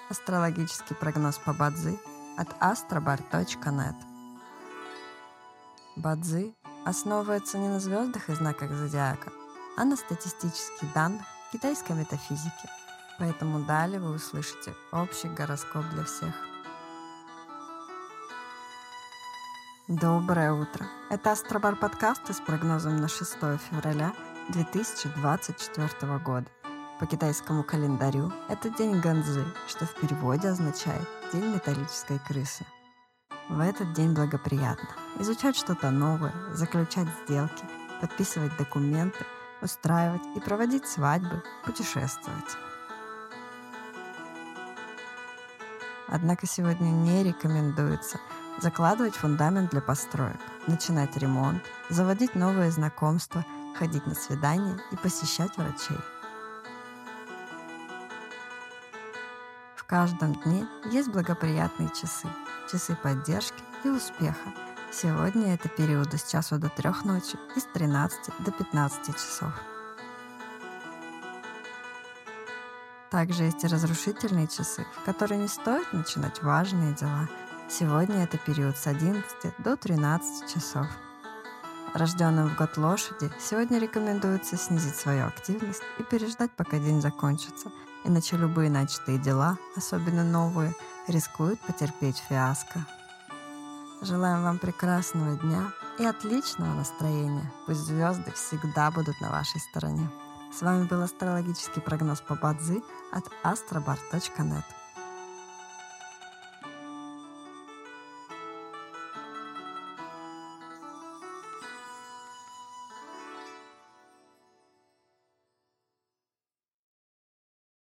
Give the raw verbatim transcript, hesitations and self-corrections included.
Астрологический прогноз по Бадзи от астробар точка нет. Бадзи основывается не на звездах и знаках зодиака, а на статистических данных китайской метафизики. Поэтому далее вы услышите общий гороскоп для всех. Доброе утро! Это Астробар подкасты с прогнозом на шестое февраля две тысячи двадцать четвёртого года. По китайскому календарю это день Ганзы, что в переводе означает «день металлической крысы». В этот день благоприятно изучать что-то новое, заключать сделки, подписывать документы, устраивать и проводить свадьбы, путешествовать. Однако сегодня не рекомендуется закладывать фундамент для построек, начинать ремонт, заводить новые знакомства, ходить на свидания и посещать врачей. В каждом дне есть благоприятные часы, часы поддержки и успеха. Сегодня это периоды с часу до трех ночи и с тринадцати до пятнадцати часов. Также есть и разрушительные часы, в которые не стоит начинать важные дела. Сегодня это период с одиннадцати до тринадцати часов. Рожденным в год лошади сегодня рекомендуется снизить свою активность и переждать, пока день закончится, иначе любые начатые дела, особенно новые, рискуют потерпеть фиаско. Желаем вам прекрасного дня и отличного настроения. Пусть звезды всегда будут на вашей стороне. С вами был астрологический прогноз по Бадзи от астробар точка нет.